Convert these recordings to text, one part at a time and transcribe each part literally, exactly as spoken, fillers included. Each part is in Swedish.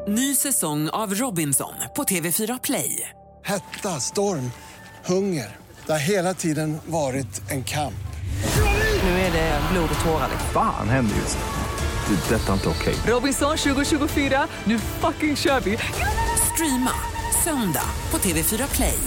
Ny säsong av Robinson på T V fyra Play. Hetta, storm, hunger. Det har hela tiden varit en kamp. Nu är det blod och tårar. Fan händer just det. Det är detta inte okej. Robinson tjugo tjugofyra, nu fucking kör vi. Streama söndag på T V fyra Play.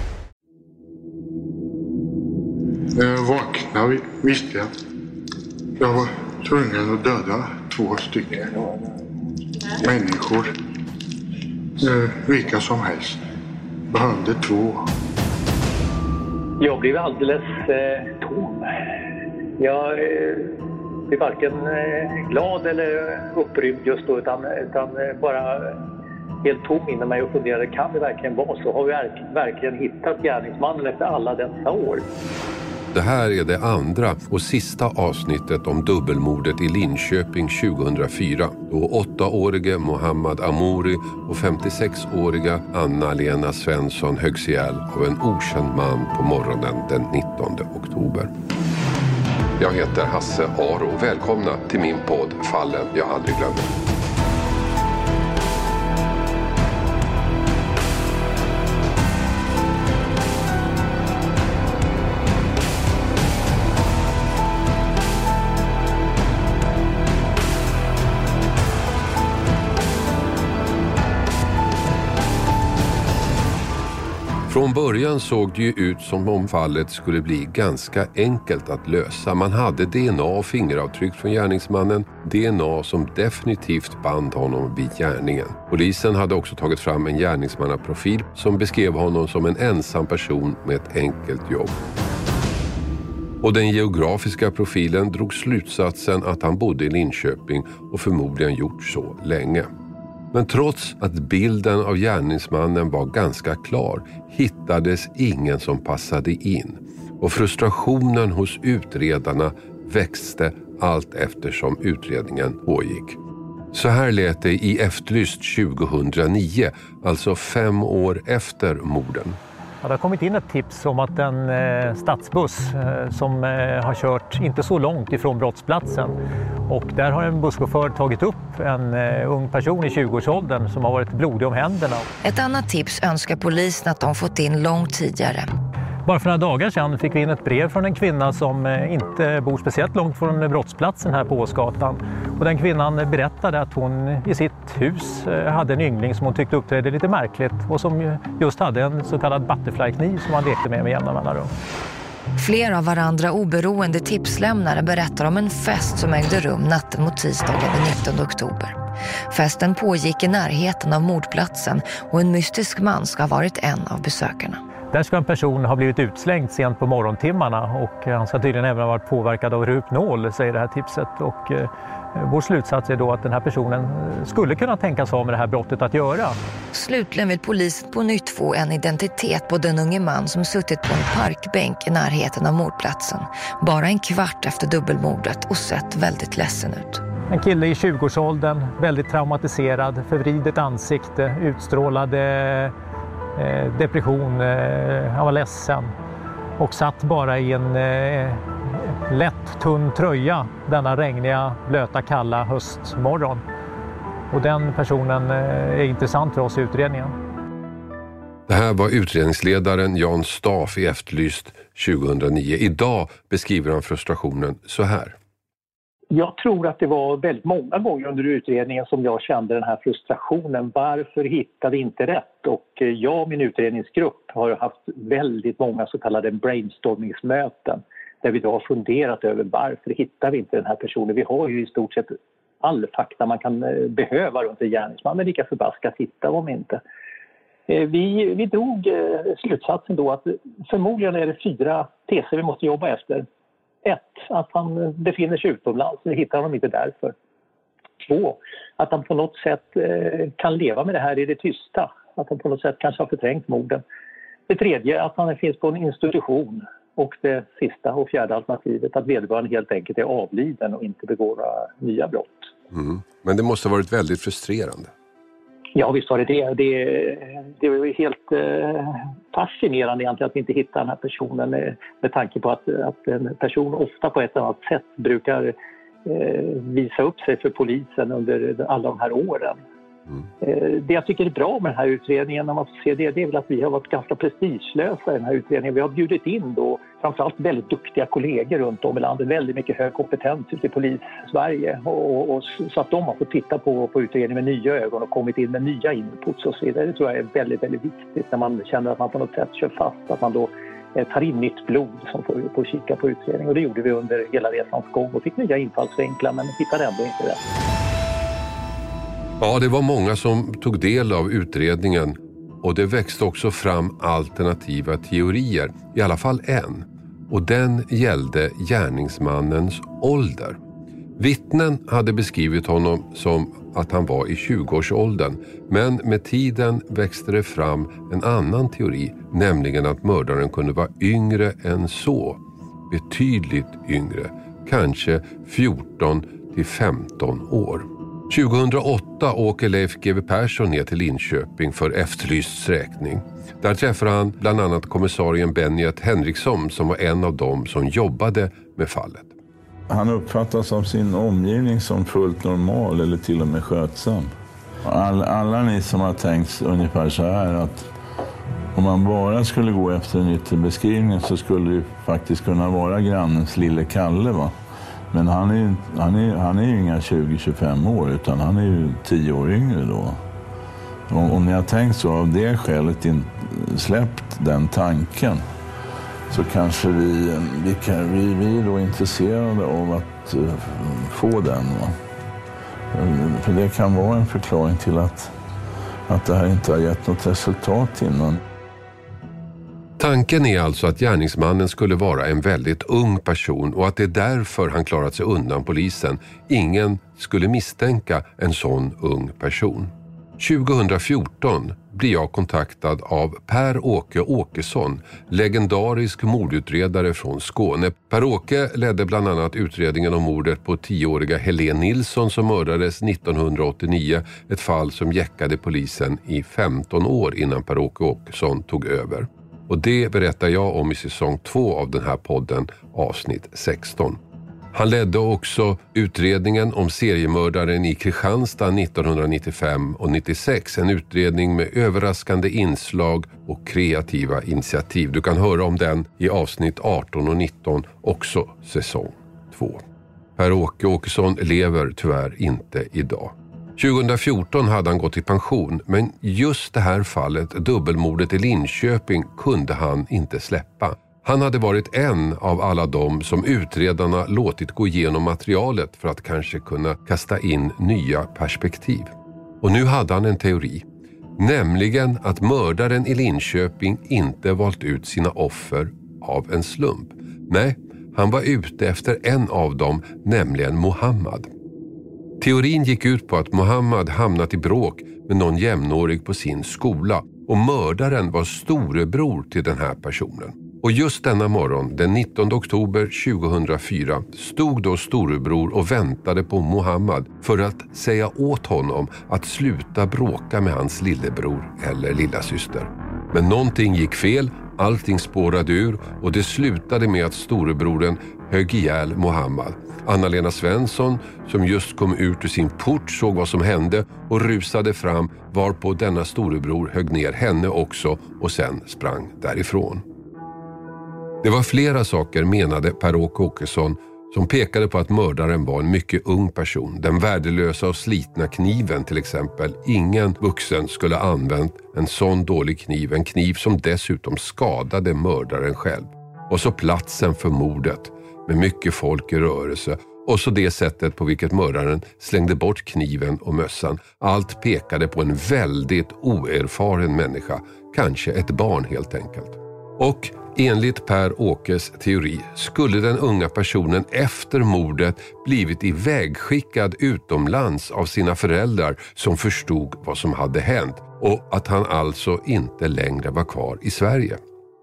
När jag vaknade visste jag att jag var tvungen att döda två stycken människor. Vilka som helst. Behövde två. Jag blev alldeles eh, tom. Jag eh, blev varken eh, glad eller upprymd just då, utan, utan eh, bara helt tom inom mig och funderade, kan det verkligen vara så? Har vi verk- verkligen hittat gärningsmannen efter alla dessa år? Det här är det andra och sista avsnittet om dubbelmordet i Linköping tjugohundrafyra, då åttaårige Mohammad Amouri och femtiosex-åriga Anna-Lena Svensson höggs ihjäl av en okänd man på morgonen den nittonde oktober. Jag heter Hasse Aro och välkomna till min podd Fallen jag aldrig glömmer. Från början såg det ju ut som om fallet skulle bli ganska enkelt att lösa. Man hade D N A och fingeravtryck från gärningsmannen. D N A som definitivt band honom vid gärningen. Polisen hade också tagit fram en gärningsmannaprofil som beskrev honom som en ensam person med ett enkelt jobb. Och den geografiska profilen drog slutsatsen att han bodde i Linköping och förmodligen gjort så länge. Men trots att bilden av gärningsmannen var ganska klar hittades ingen som passade in. Och frustrationen hos utredarna växte allt eftersom utredningen pågick. Så här lät det i Efterlyst tjugohundranio, alltså fem år efter morden. Ja, det har kommit in ett tips om att en eh, stadsbuss eh, som eh, har kört inte så långt ifrån brottsplatsen. Och där har en busschaufför tagit upp en eh, ung person i tjugoårsåldern som har varit blodig om händerna. Ett annat tips önskar polisen att de fått in långt tidigare. Bara för några dagar sedan fick vi in ett brev från en kvinna som eh, inte bor speciellt långt från brottsplatsen här på Åsgatan. Och den kvinnan berättade att hon i sitt hus eh, hade en yngling som hon tyckte uppträdde lite märkligt och som just hade en så kallad butterfly-kniv som han lekte med med jämna mellanrum. Flera av varandra oberoende tipslämnare berättar om en fest som ägde rum natten mot tisdagen den nittonde oktober. Festen pågick i närheten av mordplatsen och en mystisk man ska ha varit en av besökarna. Där ska en person ha blivit utslängd sent på morgontimmarna och han ska tydligen även ha varit påverkad av Rohypnol, säger det här tipset. Och eh, vår slutsats är då att den här personen skulle kunna tänkas ha med det här brottet att göra. Slutligen vill polisen på nytt få en identitet på den unge man som suttit på en parkbänk i närheten av mordplatsen. Bara en kvart efter dubbelmordet och sett väldigt ledsen ut. En kille i tjugoårsåldern, väldigt traumatiserad, förvridet ansikte, utstrålade Eh, depression, eh, han var ledsen och satt bara i en eh, lätt tunn tröja denna regniga, blöta, kalla höstmorgon. Och den personen eh, är intressant för oss i utredningen. Det här var utredningsledaren Jan Staff i Efterlyst tjugohundranio. Idag beskriver han frustrationen så här. Jag tror att det var väldigt många gånger under utredningen som jag kände den här frustrationen. Varför hittade vi inte rätt? Och jag och min utredningsgrupp har haft väldigt många så kallade brainstormingsmöten där vi då har funderat över varför hittar vi inte den här personen. Vi har ju i stort sett all fakta man kan behöva runt en gärningsman, men lika förbaskat hittar vi inte. Vi, vi drog slutsatsen då att förmodligen är det fyra teser vi måste jobba efter. Ett, att han befinner sig utomlands, vi hittar honom inte därför. Två, att han på något sätt kan leva med det här i det tysta. Att han på något sätt kanske har förträngt morden. Det tredje, att han finns på en institution. Och det sista och fjärde alternativet, att vederbörande helt enkelt är avliden och inte begår några nya brott. Mm. Men det måste ha varit väldigt frustrerande. Ja, visst var det det. Det, det var ju helt eh, fascinerande egentligen att vi inte hittar den här personen med, med tanke på att, att en person ofta på ett annat sätt brukar eh, visa upp sig för polisen under alla de här åren. Mm. Det jag tycker är bra med den här utredningen, när man får se det, det är väl att vi har varit ganska prestigelösa i den här utredningen. Vi har bjudit in då framförallt väldigt duktiga kollegor runt om i landet, väldigt mycket hög kompetens ute i polis-Sverige, och, och, så att de har fått titta på, på utredningen med nya ögon och kommit in med nya inputs och så vidare. Det tror jag är väldigt, väldigt viktigt när man känner att man på något sätt kör fast, att man då tar in nytt blod som får, får kika på utredningen. Och det gjorde vi under hela resans gång och fick nya infallsvinklar, men hittade ändå inte rätt. Ja, det var många som tog del av utredningen och det växte också fram alternativa teorier, i alla fall en. Och den gällde gärningsmannens ålder. Vittnen hade beskrivit honom som att han var i tjugoårsåldern, men med tiden växte det fram en annan teori, nämligen att mördaren kunde vara yngre än så. Betydligt yngre, kanske fjorton till femton år. tjugohundraåtta åker Leif G W Persson ner till Linköping för efterlyst räkning. Där träffar han bland annat kommissarien Benjet Henriksson som var en av dem som jobbade med fallet. Han uppfattas av sin omgivning som fullt normal eller till och med skötsam. All, alla ni som har tänkt ungefär så här att om man bara skulle gå efter en yttre beskrivning så skulle det faktiskt kunna vara grannens lille Kalle, va? Men han är, han, är, han är ju inga tjugo till tjugofem år utan han är ju tio år yngre då. Om, om ni har tänkt så av det skälet in, släppt den tanken så kanske vi, vi, kan, vi, vi är då intresserade av att uh, få den. Va? För det kan vara en förklaring till att, att det här inte har gett något resultat innan. Tanken är alltså att gärningsmannen skulle vara en väldigt ung person och att det är därför han klarat sig undan polisen. Ingen skulle misstänka en sån ung person. tjugohundrafjorton blir jag kontaktad av Per-Åke Åkesson, legendarisk mordutredare från Skåne. Per-Åke ledde bland annat utredningen om mordet på tioåriga Helene Nilsson som mördades nittonhundraåttionio, ett fall som jäckade polisen i femton år innan Per-Åke Åkesson tog över. Och det berättar jag om i säsong två av den här podden, avsnitt sexton. Han ledde också utredningen om seriemördaren i Kristianstad nittonhundranittiofem och nittiosex. En utredning med överraskande inslag och kreativa initiativ. Du kan höra om den i avsnitt arton och nitton, också säsong två. Per-Åke Åkesson lever tyvärr inte idag. tjugohundrafjorton hade han gått i pension, men just det här fallet, dubbelmordet i Linköping, kunde han inte släppa. Han hade varit en av alla dem som utredarna låtit gå igenom materialet för att kanske kunna kasta in nya perspektiv. Och nu hade han en teori, nämligen att mördaren i Linköping inte valt ut sina offer av en slump. Nej, han var ute efter en av dem, nämligen Mohammad. Teorin gick ut på att Mohammad hamnat i bråk med någon jämnårig på sin skola och mördaren var storebror till den här personen. Och just denna morgon, den nittonde oktober tjugohundrafyra, stod då storebror och väntade på Mohammad för att säga åt honom att sluta bråka med hans lillebror eller lilla syster. Men någonting gick fel, allting spårade ur och det slutade med att storebroren högg ihjäl Mohammad. Anna-Lena Svensson, som just kom ut ur sin port, såg vad som hände och rusade fram, varpå denna storebror högg ner henne också och sen sprang därifrån. Det var flera saker, menade Per-Åke Åkesson, som pekade på att mördaren var en mycket ung person. Den värdelösa och slitna kniven till exempel. Ingen vuxen skulle ha använt en sån dålig kniv, en kniv som dessutom skadade mördaren själv. Och så platsen för mordet med mycket folk i rörelse och så det sättet på vilket mördaren slängde bort kniven och mössan. Allt pekade på en väldigt oerfaren människa, kanske ett barn helt enkelt. Och enligt Per-Åkes teori skulle den unga personen efter mordet blivit ivägskickad utomlands av sina föräldrar som förstod vad som hade hänt och att han alltså inte längre var kvar i Sverige.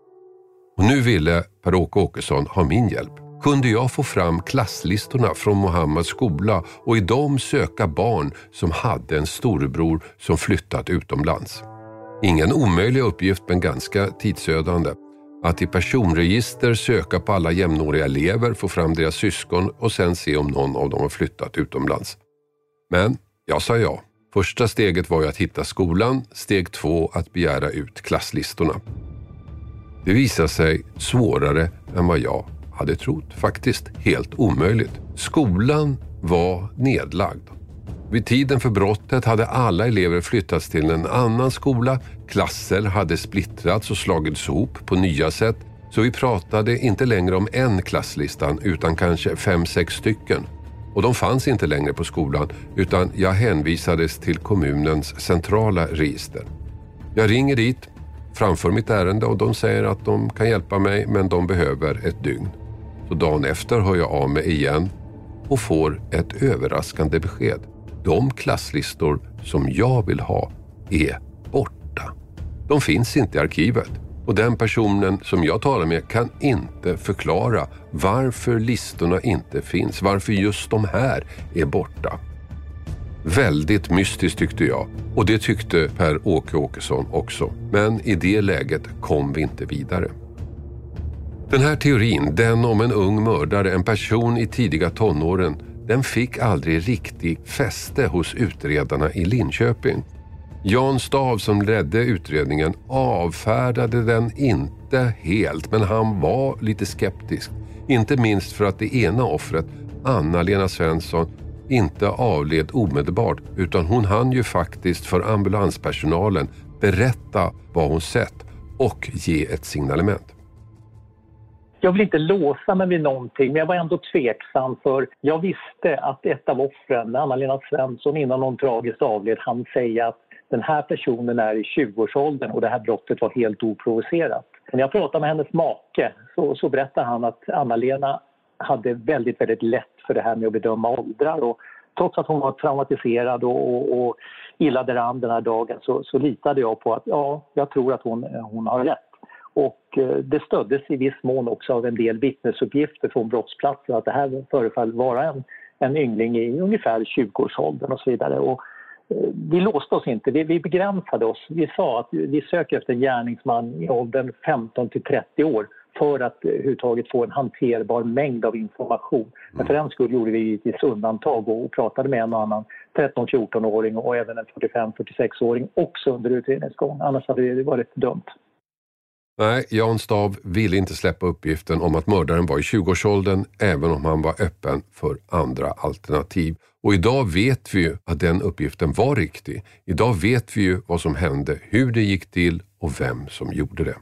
Och nu ville Per-Åke Åkesson ha min hjälp. Kunde jag få fram klasslistorna från Mohammads skola och i dem söka barn som hade en storebror som flyttat utomlands? Ingen omöjlig uppgift, men ganska tidsödande. Att i personregister söka på alla jämnåriga elever, få fram deras syskon och sen se om någon av dem har flyttat utomlands. Men jag sa ja. Första steget var ju att hitta skolan, steg två att begära ut klasslistorna. Det visade sig svårare än vad jag hade trott, faktiskt helt omöjligt. Skolan var nedlagd. Vid tiden för brottet hade alla elever flyttats till en annan skola, klasser hade splittrats och slagits ihop på nya sätt, så vi pratade inte längre om en klasslistan utan kanske fem, sex stycken. Och de fanns inte längre på skolan utan jag hänvisades till kommunens centrala register. Jag ringer dit, framför mitt ärende och de säger att de kan hjälpa mig men de behöver ett dygn. Så dagen efter hör jag av mig igen och får ett överraskande besked. De klasslistor som jag vill ha är borta. De finns inte i arkivet. Och den personen som jag talar med kan inte förklara varför listorna inte finns. Varför just de här är borta. Väldigt mystiskt tyckte jag. Och det tyckte Per-Åke Åkesson också. Men i det läget kom vi inte vidare. Den här teorin, den om en ung mördare, en person i tidiga tonåren, den fick aldrig riktigt fäste hos utredarna i Linköping. Jan Stav som ledde utredningen avfärdade den inte helt, men han var lite skeptisk. Inte minst för att det ena offret, Anna-Lena Svensson, inte avled omedelbart utan hon hann ju faktiskt för ambulanspersonalen berätta vad hon sett och ge ett signalement. Jag vill inte låsa mig vid någonting, men jag var ändå tveksam för jag visste att ett av offren, Anna-Lena Svensson, innan hon tragiskt avled, han säga att den här personen är i tjugoårsåldern och det här brottet var helt oprovocerat. När jag pratade med hennes make så, så berättade han att Anna-Lena hade väldigt, väldigt lätt för det här med att bedöma åldrar. Och trots att hon var traumatiserad och, och, och illa däran den här dagen så, så litade jag på att ja, jag tror att hon, hon har rätt. Och det stöddes i viss mån också av en del vittnesuppgifter från brottsplatsen att det här förefall vara en, en yngling i ungefär tjugoårsåldern och så vidare. Och vi låste oss inte, vi, vi begränsade oss. Vi sa att vi söker efter en gärningsman i åldern femton till trettio år för att överhuvudtaget få en hanterbar mängd av information. Men för den skull gjorde vi givetvis undantag och pratade med en och annan tretton-fjorton-åring och även en fyrtiofem fyrtiosex-åring också under utredningsgång. Annars hade det varit dumt. Nej, Jan Stav ville inte släppa uppgiften om att mördaren var i tjugoårsåldern även om han var öppen för andra alternativ. Och idag vet vi ju att den uppgiften var riktig. Idag vet vi ju vad som hände, hur det gick till och vem som gjorde det.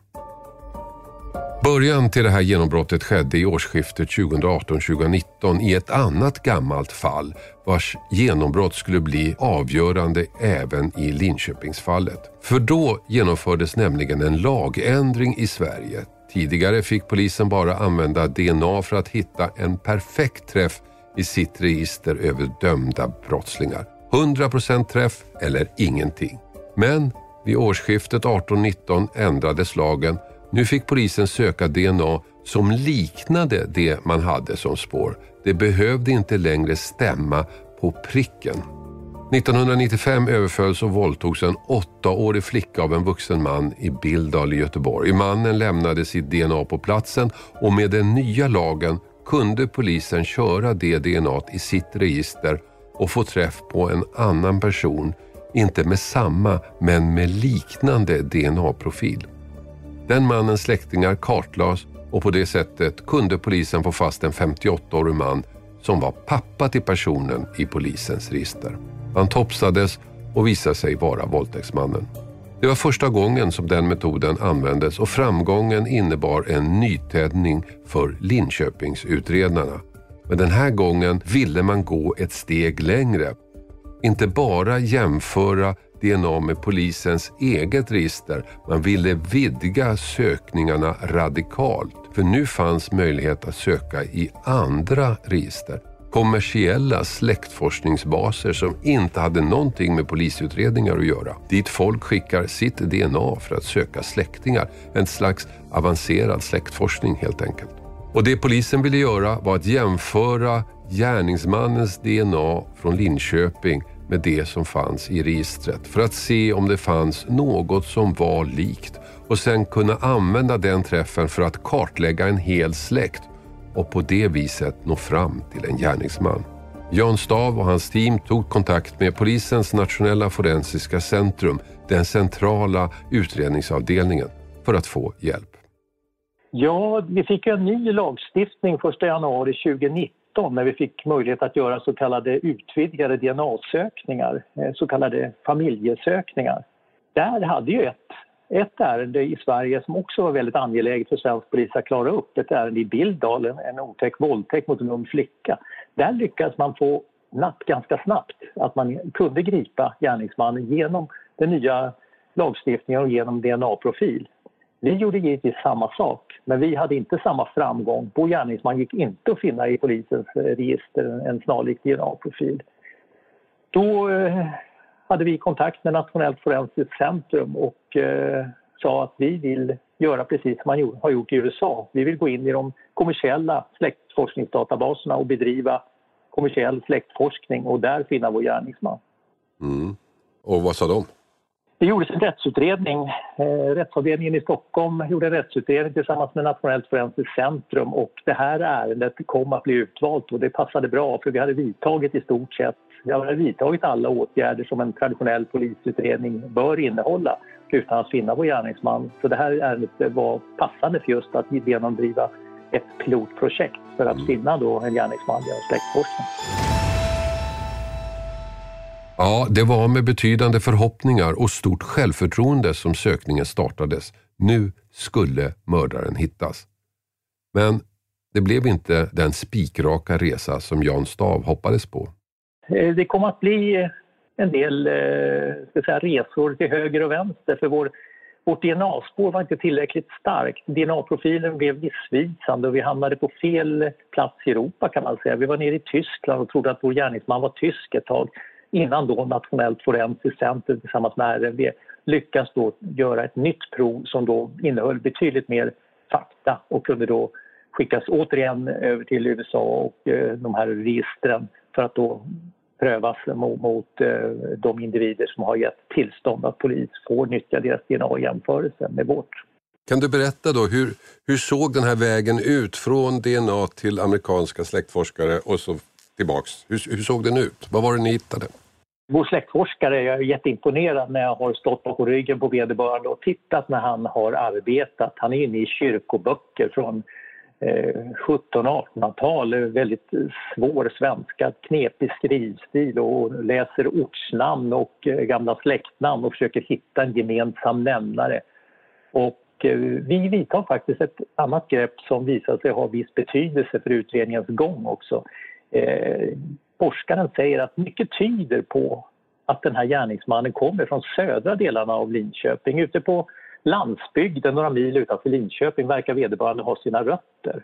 Början till det här genombrottet skedde i årsskiftet tjugoarton tjugonitton i ett annat gammalt fall vars genombrott skulle bli avgörande även i Linköpingsfallet. För då genomfördes nämligen en lagändring i Sverige. Tidigare fick polisen bara använda D N A för att hitta en perfekt träff i sitt register över dömda brottslingar. hundra procent träff eller ingenting. Men vid årsskiftet arton nitton ändrades lagen. Nu fick polisen söka D N A som liknade det man hade som spår. Det behövde inte längre stämma på pricken. nittonhundranittiofem överfölls och våldtogs en åttaårig flicka av en vuxen man i Billdal i Göteborg. Mannen lämnade sitt D N A på platsen och med den nya lagen kunde polisen köra det D N A i sitt register och få träff på en annan person. Inte med samma men med liknande D N A-profil. Den mannens släktingar kartlades och på det sättet kunde polisen få fast en femtioåttaårig man som var pappa till personen i polisens register. Han topsades och visade sig vara våldtäktsmannen. Det var första gången som den metoden användes och framgången innebar en nytändning för Linköpingsutredarna. Men den här gången ville man gå ett steg längre. Inte bara jämföra D N A med polisens eget register. Man ville vidga sökningarna radikalt. För nu fanns möjlighet att söka i andra register. Kommersiella släktforskningsbaser som inte hade någonting med polisutredningar att göra. Dit folk skickar sitt D N A för att söka släktingar. En slags avancerad släktforskning helt enkelt. Och det polisen ville göra var att jämföra gärningsmannens D N A från Linköping med det som fanns i registret för att se om det fanns något som var likt och sen kunna använda den träffen för att kartlägga en hel släkt och på det viset nå fram till en gärningsman. Jan Stav och hans team tog kontakt med polisens nationella forensiska centrum, den centrala utredningsavdelningen, för att få hjälp. Ja, vi fick en ny lagstiftning första januari tjugonitton när vi fick möjlighet att göra så kallade utvidgade D N A-sökningar, så kallade familjesökningar. Där hade ju ett, ett ärende i Sverige som också var väldigt angeläget för svensk polis att klara upp. Ett ärende i Billdalen, en otäck våldtäkt mot en ung flicka. Där lyckades man få natt ganska snabbt att man kunde gripa gärningsmannen genom den nya lagstiftningen och genom D N A-profil. Vi gjorde givetvis samma sak, men vi hade inte samma framgång. Vår gärningsman gick inte att finna i polisens register en snarlik D N A-profil. Då eh, hade vi kontakt med Nationellt forensiskt centrum och eh, sa att vi vill göra precis som man har gjort i U S A. Vi vill gå in i de kommersiella släktforskningsdatabaserna och bedriva kommersiell släktforskning och där finna vår gärningsman. Mm. Och vad sa de? Det gjordes en rättsutredning. Eh, rättsavdelningen i Stockholm gjorde en rättsutredning tillsammans med Nationellt forensiskt centrum och det här ärendet kom att bli utvalt och det passade bra för vi hade vidtagit i stort sett, vi hade vidtagit alla åtgärder som en traditionell polisutredning bör innehålla utan att finna vår gärningsman. Så det här ärendet var passande för just att genomdriva ett pilotprojekt för att mm. finna då en gärningsman genom släktforskning. Ja, det var med betydande förhoppningar och stort självförtroende som sökningen startades. Nu skulle mördaren hittas. Men det blev inte den spikraka resa som Jan Stav hoppades på. Det kom att bli en del ska säga, resor till höger och vänster för vår, vårt D N A-spår var inte tillräckligt starkt. D N A-profilen blev missvisande och vi hamnade på fel plats i Europa kan man säga. Vi var nere i Tyskland och trodde att vår gärningsman var tysk ett tag. Innan då Nationellt forensiskt centrum tillsammans med R F V lyckas då göra ett nytt prov som då innehöll betydligt mer fakta och kunde då skickas återigen över till U S A och eh, de här registren för att då prövas mot, mot eh, de individer som har gett tillstånd att polis får nyttja deras D N A i jämförelse med vårt. Kan du berätta då, hur, hur såg den här vägen ut från D N A till amerikanska släktforskare och så tillbaks? Hur, hur såg den ut? Vad var det ni hittade? Vår släktforskare, jag är jätteimponerad när jag har stått på ryggen på vederbörande och tittat när han har arbetat. Han är inne i kyrkoböcker från eh, sjutton- och artonhundratal, väldigt svår svenska, knepig skrivstil och läser ortsnamn och eh, gamla släktnamn och försöker hitta en gemensam nämnare. Och eh, vi vidtar faktiskt ett annat grepp som visar sig ha viss betydelse för utredningens gång också. Eh, forskaren säger att mycket tyder på att den här gärningsmannen kommer från södra delarna av Linköping. Ute på landsbygden, några mil utanför Linköping, verkar vederbörande ha sina rötter.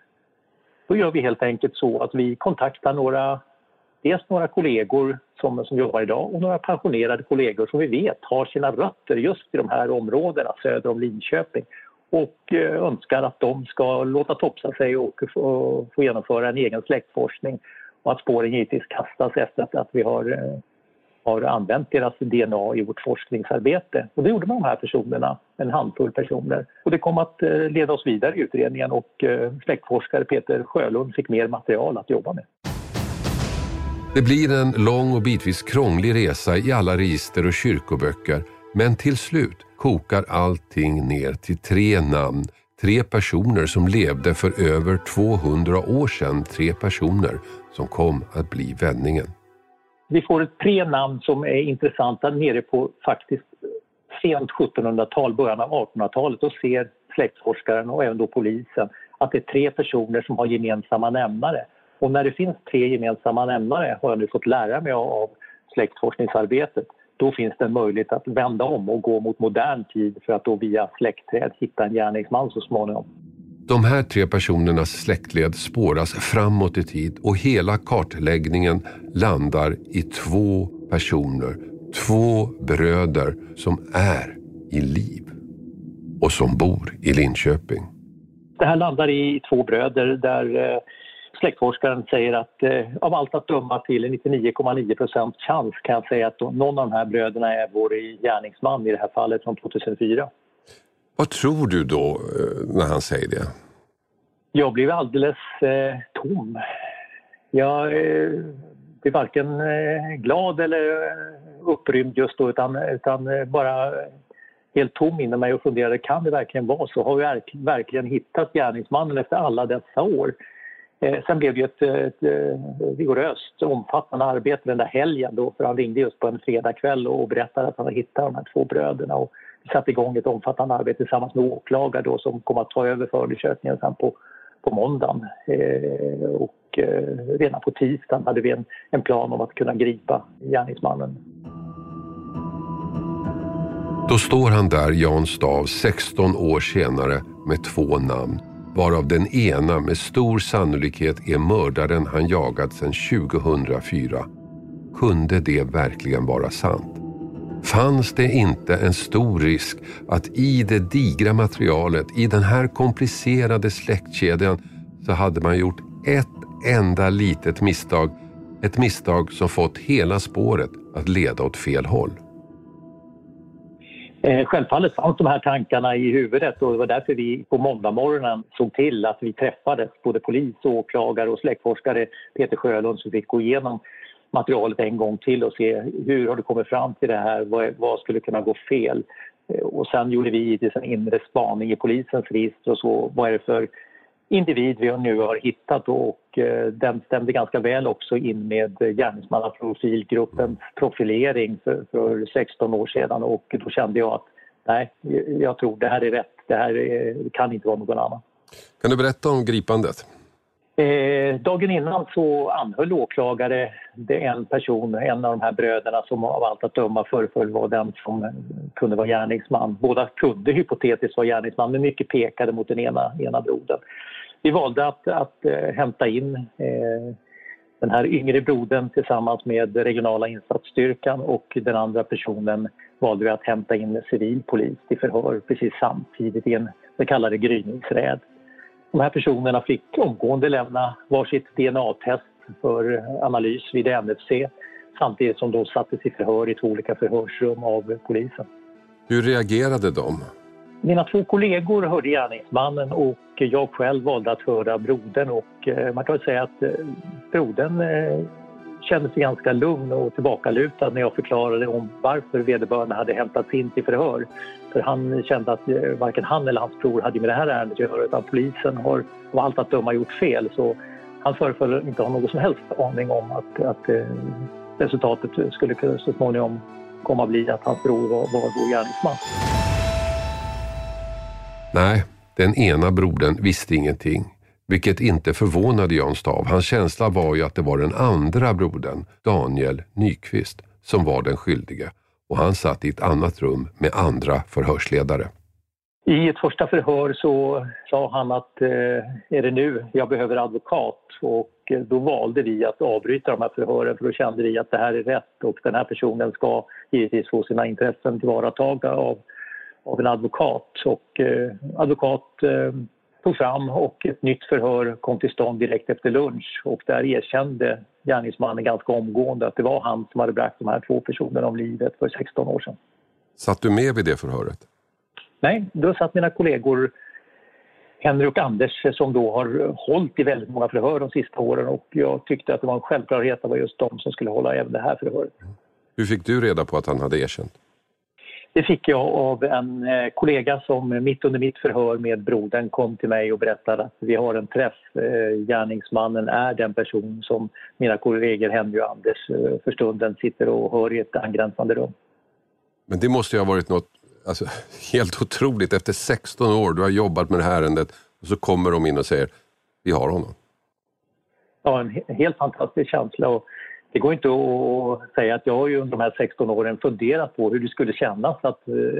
Då gör vi helt enkelt så att vi kontaktar några, dels några kollegor som, som jobbar idag och några pensionerade kollegor som vi vet har sina rötter just i de här områdena söder om Linköping. Och eh, önskar att de ska låta topsa sig och få, få genomföra en egen släktforskning. Och att spåren givetvis kastas efter att vi har, eh, har använt deras D N A i vårt forskningsarbete. Och det gjorde man de här personerna, en handfull personer. Och det kom att eh, leda oss vidare i utredningen och eh, släktforskare Peter Sjölund fick mer material att jobba med. Det blir en lång och bitvis krånglig resa i alla register och kyrkoböcker. Men till slut kokar allting ner till tre namn. Tre personer som levde för över tvåhundra år sedan. Tre personer som kom att bli vändningen. Vi får ett tre namn som är intressanta nere på faktiskt sent sjuttonhundratal, början av artonhundratalet. Och ser släktforskaren och även då polisen att det är tre personer som har gemensamma nämnare. Och när det finns tre gemensamma nämnare, har jag nu fått lära mig av släktforskningsarbetet, då finns det en möjlighet att vända om och gå mot modern tid för att då via släktträd hitta en gärningsman så småningom. De här tre personernas släktled spåras framåt i tid och hela kartläggningen landar i två personer, två bröder som är i liv och som bor i Linköping. Det här landar i två bröder där eh, släktforskaren säger att eh, av allt att döma till nittionio komma nio procent chans kan jag säga att då, någon av de här bröderna är vår gärningsman i det här fallet från tjugohundrafyra. Vad tror du då eh, när han säger det? Jag blev alldeles eh, tom. Jag, eh, blir varken glad eller upprymd just då, utan, utan bara helt tom inom mig och funderade, kan det verkligen vara så? Har vi verk, verkligen hittat gärningsmannen efter alla dessa år? Eh, sen blev det ju ett, ett, ett rigoröst omfattande arbete den där helgen då, för han ringde just på en fredagkväll och berättade att han hade hittat de här två bröderna och satte igång ett omfattande arbete tillsammans med åklagare då, som kom att ta över förundersökningen sen på, på måndagen. Eh, och eh, redan på tisdagen hade vi en, en plan om att kunna gripa gärningsmannen. Då står han där, Jan Stav, sexton år senare med två namn, varav den ena med stor sannolikhet är mördaren han jagat sedan tjugohundrafyra. Kunde det verkligen vara sant? Fanns det inte en stor risk att i det digra materialet, i den här komplicerade släktkedjan, så hade man gjort ett enda litet misstag, ett misstag som fått hela spåret att leda åt fel håll? Eh, självfallet fanns de här tankarna i huvudet och det var därför vi på måndagmorgonen såg till att vi träffades, både polis, åklagare och släktforskare Peter Sjölund, som fick gå igenom materialet en gång till och se hur har det kommit fram till det här, vad, vad skulle kunna gå fel. Eh, och sen gjorde vi en inre spaning i polisens register och så, vad är det för individ vi nu har hittat, och eh, den stämde ganska väl också in med gärningsmannaprofilgruppens profilering för, för sexton år sedan, och då kände jag att nej, jag tror det här är rätt, det här är, det kan inte vara någon annan. Kan du berätta om gripandet? Eh, dagen innan så anhöll åklagare det en person, en av de här bröderna som av allt att döma föreföll var den som kunde vara gärningsman. Båda kunde hypotetiskt vara gärningsman, men mycket pekade mot den ena, ena brodern. Vi valde att, att äh, hämta in äh, den här yngre brodern tillsammans med regionala insatsstyrkan, och den andra personen valde vi att hämta in civil polis till förhör precis samtidigt i en så kallade gryningsräd. De här personerna fick omgående lämna varsitt D N A-test för analys vid N F C, samtidigt som de sattes i förhör i två olika förhörsrum av polisen. Hur reagerade de? Mina två kollegor hörde gärningsmannen och jag själv valde att höra brodern, och man kan väl säga att brodern kände sig ganska lugn och tillbakalutad när jag förklarade om varför vederbörande hade hämtats in till förhör. För han kände att varken han eller hans bror hade med det här ärendet att göra, utan polisen har av allt att döma gjort fel, så han föreföll inte ha någon som helst aning om att, att resultatet skulle så småningom komma att bli att hans bror var, var vår gärningsman. Nej, den ena brodern visste ingenting, vilket inte förvånade Jan Stav. Hans känsla var ju att det var den andra brodern, Daniel Nyqvist, som var den skyldige. Och han satt i ett annat rum med andra förhörsledare. I ett första förhör så sa han att eh, är det nu jag behöver advokat, och eh, då valde vi att avbryta de här förhören, för då kände vi att det här är rätt och den här personen ska givetvis få sina intressen tillvaratagna av, av en advokat. Och eh, advokat eh, tog fram och ett nytt förhör kom till stånd direkt efter lunch, och där erkände gärningsmannen ganska omgående att det var han som hade bragt de här två personerna om livet för sexton år sedan. Satt du med vid det förhöret? Nej, då satt mina kollegor Henry och Anders som då har hållit i väldigt många förhör de sista åren, och jag tyckte att det var en självklarhet att det var just de som skulle hålla även det här förhöret. Hur fick du reda på att han hade erkänt? Det fick jag av en kollega som mitt under mitt förhör med brodern kom till mig och berättade att vi har en träff. Gärningsmannen är den person som mina kollegor Henry och Anders för stunden sitter och hör i ett angränsande rum. Men det måste ju ha varit något alltså, helt otroligt. Efter sexton år, du har jobbat med det här ärendet, och så kommer de in och säger, vi har honom. Ja, en helt fantastisk känsla, och det går inte att säga att jag har ju under de här sexton åren funderat på hur det skulle kännas att,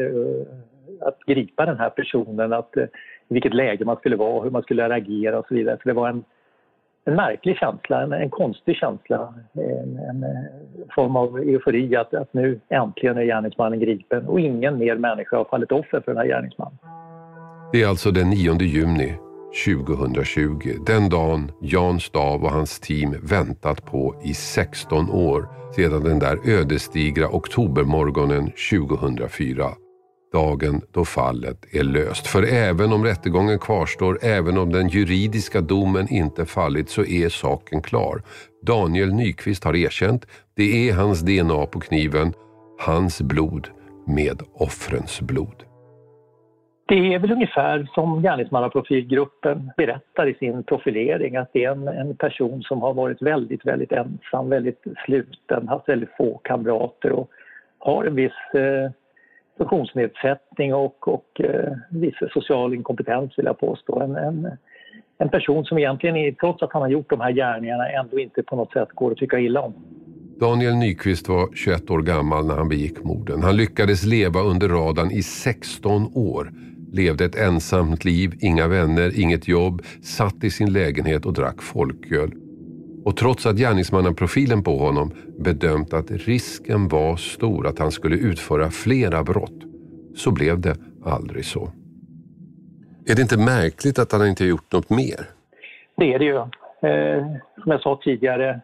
att gripa den här personen, att, i vilket läge man skulle vara, hur man skulle reagera och så vidare. Så det var en, en märklig känsla, en, en konstig känsla, en, en form av eufori att, att nu äntligen är gärningsmannen gripen och ingen mer människa har fallit offer för den här gärningsmannen. Det är alltså den nionde juni tjugohundratjugo, den dagen Jan Stav och hans team väntat på i sexton år sedan den där ödesdigra oktobermorgonen tjugohundrafyra. dagen då fallet är löst. För även om rättegången kvarstår, även om den juridiska domen inte fallit, så är saken klar. Daniel Nyqvist har erkänt, det är hans D N A på kniven, hans blod med offrens blod. Det är väl ungefär som gärningsmannaprofilgruppen berättar i sin profilering, att det är en, en person som har varit väldigt, väldigt ensam, väldigt sluten, haft väldigt få kamrater och har en viss eh, funktionsnedsättning och, och eh, viss social inkompetens, vill jag påstå. En, en, en person som egentligen, är, trots att han har gjort de här gärningarna, ändå inte på något sätt går att tycka illa om. Daniel Nyqvist var tjugoett år gammal när han begick morden. Han lyckades leva under radarn i sexton år. Levde ett ensamt liv, inga vänner, inget jobb, satt i sin lägenhet och drack folköl. Och trots att gärningsmannaprofilen på honom bedömt att risken var stor att han skulle utföra flera brott, så blev det aldrig så. Är det inte märkligt att han inte har gjort något mer? Det är det ju. Eh, som jag sa tidigare,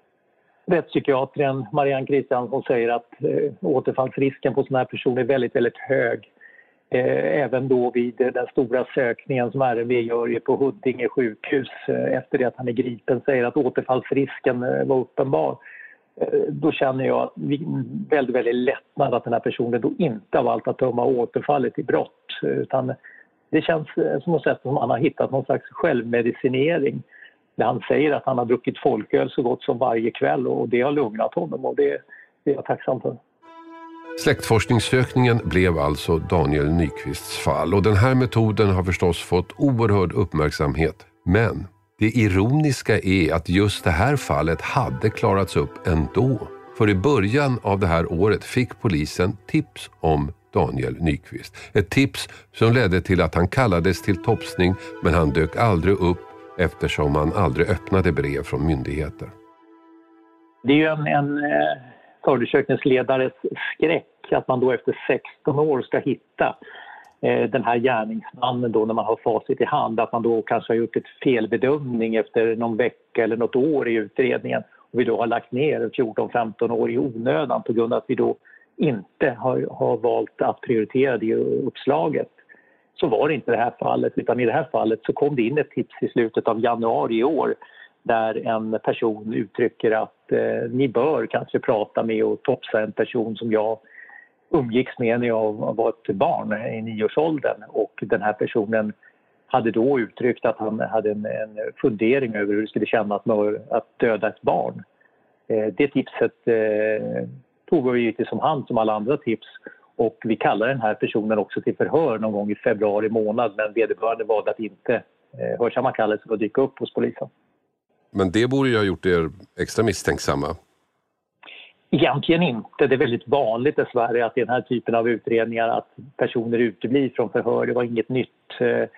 rättspsykiatern Marianne Kristiansson säger att eh, återfallsrisken på sådana här personer är väldigt, väldigt hög. Eh, även då vid den stora sökningen som R M V gör på Huddinge sjukhus eh, efter det att han är gripen, säger att återfallsrisken eh, var uppenbar. Eh, då känner jag att vi väldigt, väldigt lättnad att den här personen då inte av allt att döma återfallit i brott, utan det känns eh, som något sätt som han har hittat någon slags självmedicinering. Där han säger att han har druckit folköl så gott som varje kväll, och det har lugnat honom, och det, det är jag tacksam för. Släktforskningssökningen blev alltså Daniel Nyqvists fall, och den här metoden har förstås fått oerhörd uppmärksamhet. Men det ironiska är att just det här fallet hade klarats upp ändå. För i början av det här året fick polisen tips om Daniel Nyqvist. Ett tips som ledde till att han kallades till topsning, men han dök aldrig upp eftersom han aldrig öppnade brev från myndigheter. Det är ju en, en förundersökningsledares skräck att man då efter sexton år ska hitta eh, den här gärningsmannen då när man har facit i hand. Att man då kanske har gjort ett felbedömning efter någon vecka eller något år i utredningen. Och vi då har lagt ner fjorton femton år i onödan på grund av att vi då inte har, har valt att prioritera det uppslaget. Så var det inte det här fallet, utan i det här fallet så kom det in ett tips i slutet av januari i år där en person uttrycker att eh, ni bör kanske prata med och topsa en person som jag umgicks med när jag var ett barn i nioårsåldern, och den här personen hade då uttryckt att han hade en, en fundering över hur det skulle kännas med att döda ett barn. Eh, det tipset eh, tog vi givetvis som hand som alla andra tips. Och vi kallar den här personen också till förhör någon gång i februari månad, men vederbörande valde att inte eh, hörsamma kallelsen och dyka upp hos polisen. Men det borde ju ha gjort er extra misstänksamma. Egentligen inte. Det är väldigt vanligt dessvärre att i den här typen av utredningar att personer uteblir från förhör. Det var inget nytt.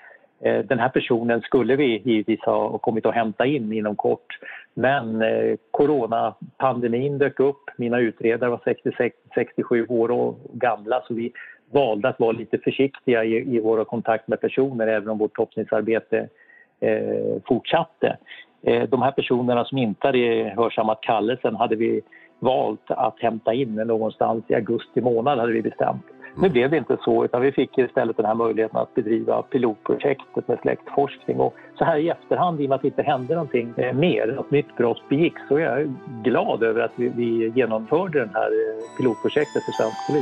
Den här personen skulle vi givetvis ha kommit att hämta in inom kort. Men eh, coronapandemin dök upp. Mina utredare var sextiosex sextiosju år och gamla, så vi valde att vara lite försiktiga i, i våra kontakt med personer även om vårt topsningsarbete eh, fortsatte. Eh, de här personerna som inte hade hörsammat kallelsen hade vi valt att hämta in någonstans i augusti månad, hade vi bestämt. Nu blev det inte så, utan vi fick istället den här möjligheten att bedriva pilotprojektet med släktforskning. Och så här i efterhand, i och med att det inte hände någonting mer, något nytt brott begick, så är jag glad över att vi, vi genomförde det här pilotprojektet för svensk polis.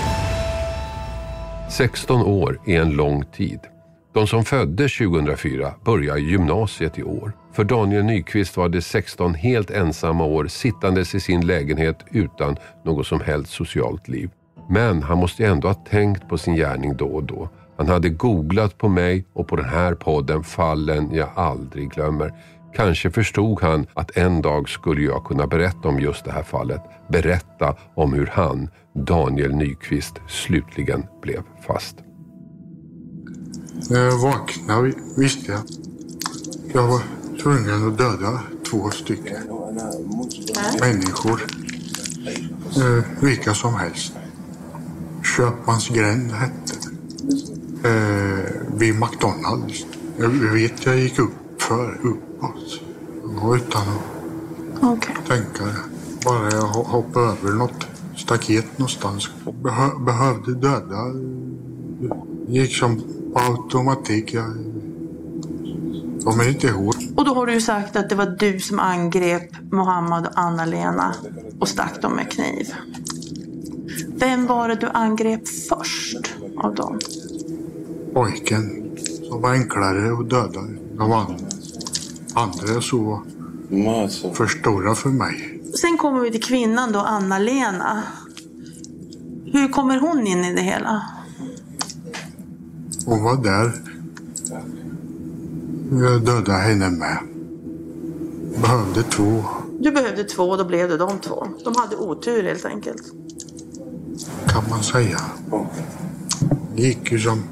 sexton år är en lång tid. De som föddes tjugohundrafyra börjar gymnasiet i år. För Daniel Nyqvist var det sexton helt ensamma år sittandes i sin lägenhet utan något som helst socialt liv. Men han måste ändå ha tänkt på sin gärning då och då. Han hade googlat på mig och på den här podden Fallen jag aldrig glömmer. Kanske förstod han att en dag skulle jag kunna berätta om just det här fallet. Berätta om hur han, Daniel Nyqvist, slutligen blev fast. När jag vaknade visste jag jag var tvungen att döda två stycken människor. Eh, vilka som helst. Köpmansgränd hette det. Eh, vid McDonalds. Jag vet jag gick upp för uppåt. Och utan att okay. tänka det. Bara jag hoppade över något staket någonstans. Och behö- behövde döda gick som på automatik. Jag kommer inte ihåg. Och då har du ju sagt att det var du som angrep Mohammad och Anna-Lena och stack dem med kniv. Vem var det du angrep först av dem? Pojken som var enklare att döda. De andra så för stora för mig. Sen kommer vi till kvinnan då, Anna-Lena. Hur kommer hon in i det hela? Hon var där. Jag dödade henne med. Behövde två. Du behövde två och då blev det de två. De hade otur helt enkelt. Kan man säga. Det gick ju som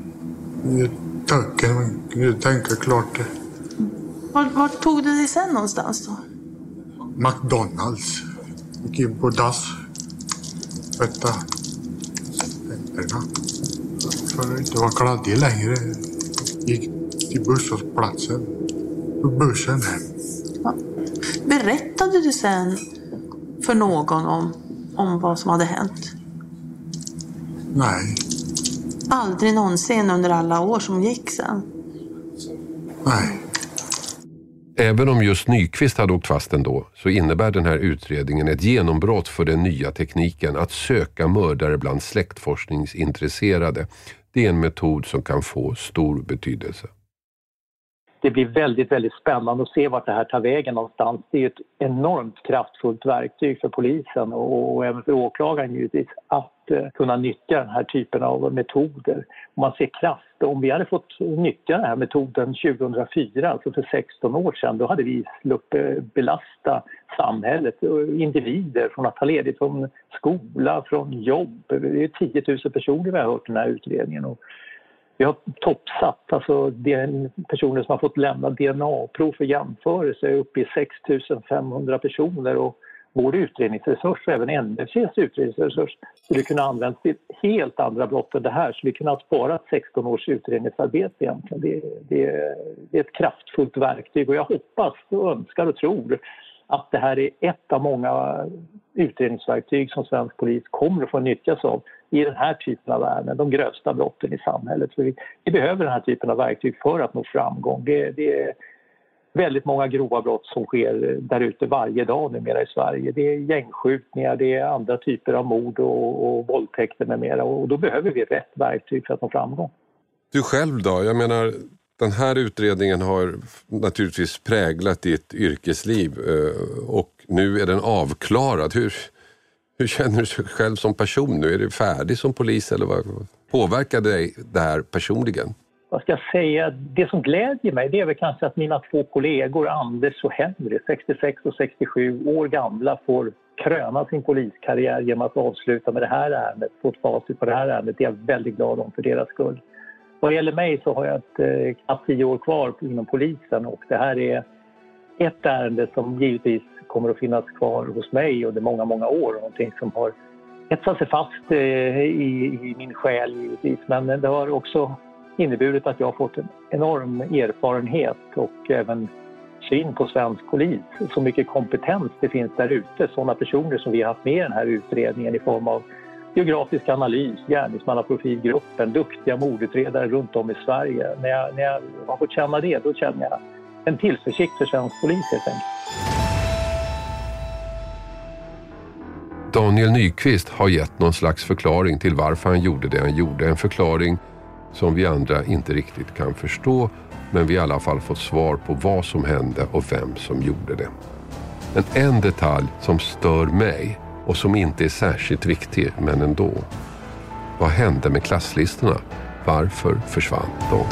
töcken. Man kunde tänka klart det. Var, var tog du dig sen någonstans då? McDonalds. Gick in på dass. Tvätta händerna. För att inte vara kladdig längre. Gick till busshållplatsen. På bussen hem. Ja. Berättade du sen för någon om, om vad som hade hänt? Nej. Aldrig någonsin under alla år som gick sen? Nej. Även om just Nyqvist hade åkt fast ändå, så innebär den här utredningen ett genombrott för den nya tekniken att söka mördare bland släktforskningsintresserade. Det är en metod som kan få stor betydelse. Det blir väldigt, väldigt spännande att se vart det här tar vägen någonstans. Det är ett enormt kraftfullt verktyg för polisen och, och även för åklagaren givetvis att eh, kunna nyttja den här typen av metoder. Och man ser kraft. Om vi hade fått nyttja den här metoden tjugohundrafyra, alltså för sexton år sedan, då hade vi sluppit belasta samhället och individer från att ta ledigt från skola, från jobb. Det är tio tusen personer vi har hört den här utredningen och vi har toppsatt, alltså det är personer som har fått lämna D N A-prov för jämförelse är uppe i sex tusen femhundra personer och vår utredningsresurs och även N F C:s utredningsresurs skulle kunna användas till helt andra brott än det här. Så vi kunde ha sparat sexton års utredningsarbete egentligen. Det, det, det är ett kraftfullt verktyg och jag hoppas och önskar och tror att det här är ett av många utredningsverktyg som svensk polis kommer att få nyttjas av i den här typen av ärenden, de grövsta brotten i samhället. För vi, vi behöver den här typen av verktyg för att nå framgång. Det, det är väldigt många grova brott som sker där ute varje dag numera i Sverige. Det är gängskjutningar, det är andra typer av mord och, och våldtäkter med mera. Och då behöver vi rätt verktyg för att nå framgång. Du själv då? Jag menar, den här utredningen har naturligtvis präglat ditt yrkesliv och nu är den avklarad. Hur, hur känner du dig själv som person nu? Är du färdig som polis eller vad påverkar dig det här personligen? Vad ska jag säga? Det som glädjer mig det är väl kanske att mina två kollegor Anders och Henry, sextiosex och sextiosju år gamla, får kröna sin poliskarriär genom att avsluta med det här ärendet. Få ett facit på det här ärendet. Det är jag väldigt glad om för deras skull. Vad gäller mig så har jag ett eh, knappt tio år kvar inom polisen och det här är ett ärende som givetvis kommer att finnas kvar hos mig under många, många år. Någonting som har etsat sig fast eh, i, i min själ givetvis. Men det har också inneburit att jag har fått en enorm erfarenhet och även syn på svensk polis. Så mycket kompetens det finns där ute. Sådana personer som vi har haft med i den här utredningen i form av geografisk analys, gärningsmannaprofilgruppen, duktiga mordutredare runt om i Sverige. När jag, när jag har fått känna det, då känner jag en tillförsikt för svensk polis helt enkelt. Daniel Nyqvist har gett någon slags förklaring till varför han gjorde det han gjorde. En förklaring som vi andra inte riktigt kan förstå, men vi har i alla fall fått svar på vad som hände och vem som gjorde det. Men en detalj som stör mig och som inte är särskilt viktig, men ändå. Vad hände med klasslistorna? Varför försvann de?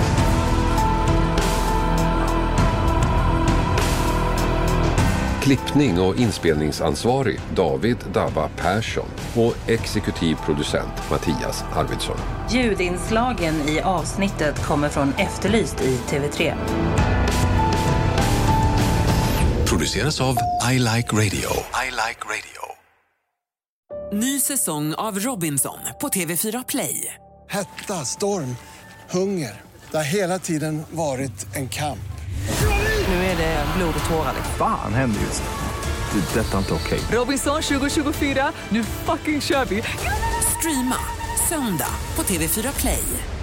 Klippning och inspelningsansvarig David Dabba Persson och exekutiv producent Mattias Arvidsson. Ljudinslagen i avsnittet kommer från Efterlyst i T V tre. Produceras av I Like Radio. I Like Radio. Ny säsong av Robinson på T V fyra Play. Hetta, storm, hunger. Det har hela tiden varit en kamp. Nu är det blod och tårar. Fan händer just det. Det är detta inte okej. Robinson tjugo tjugofyra, nu fucking kör vi. Streama Söndag på T V fyra Play.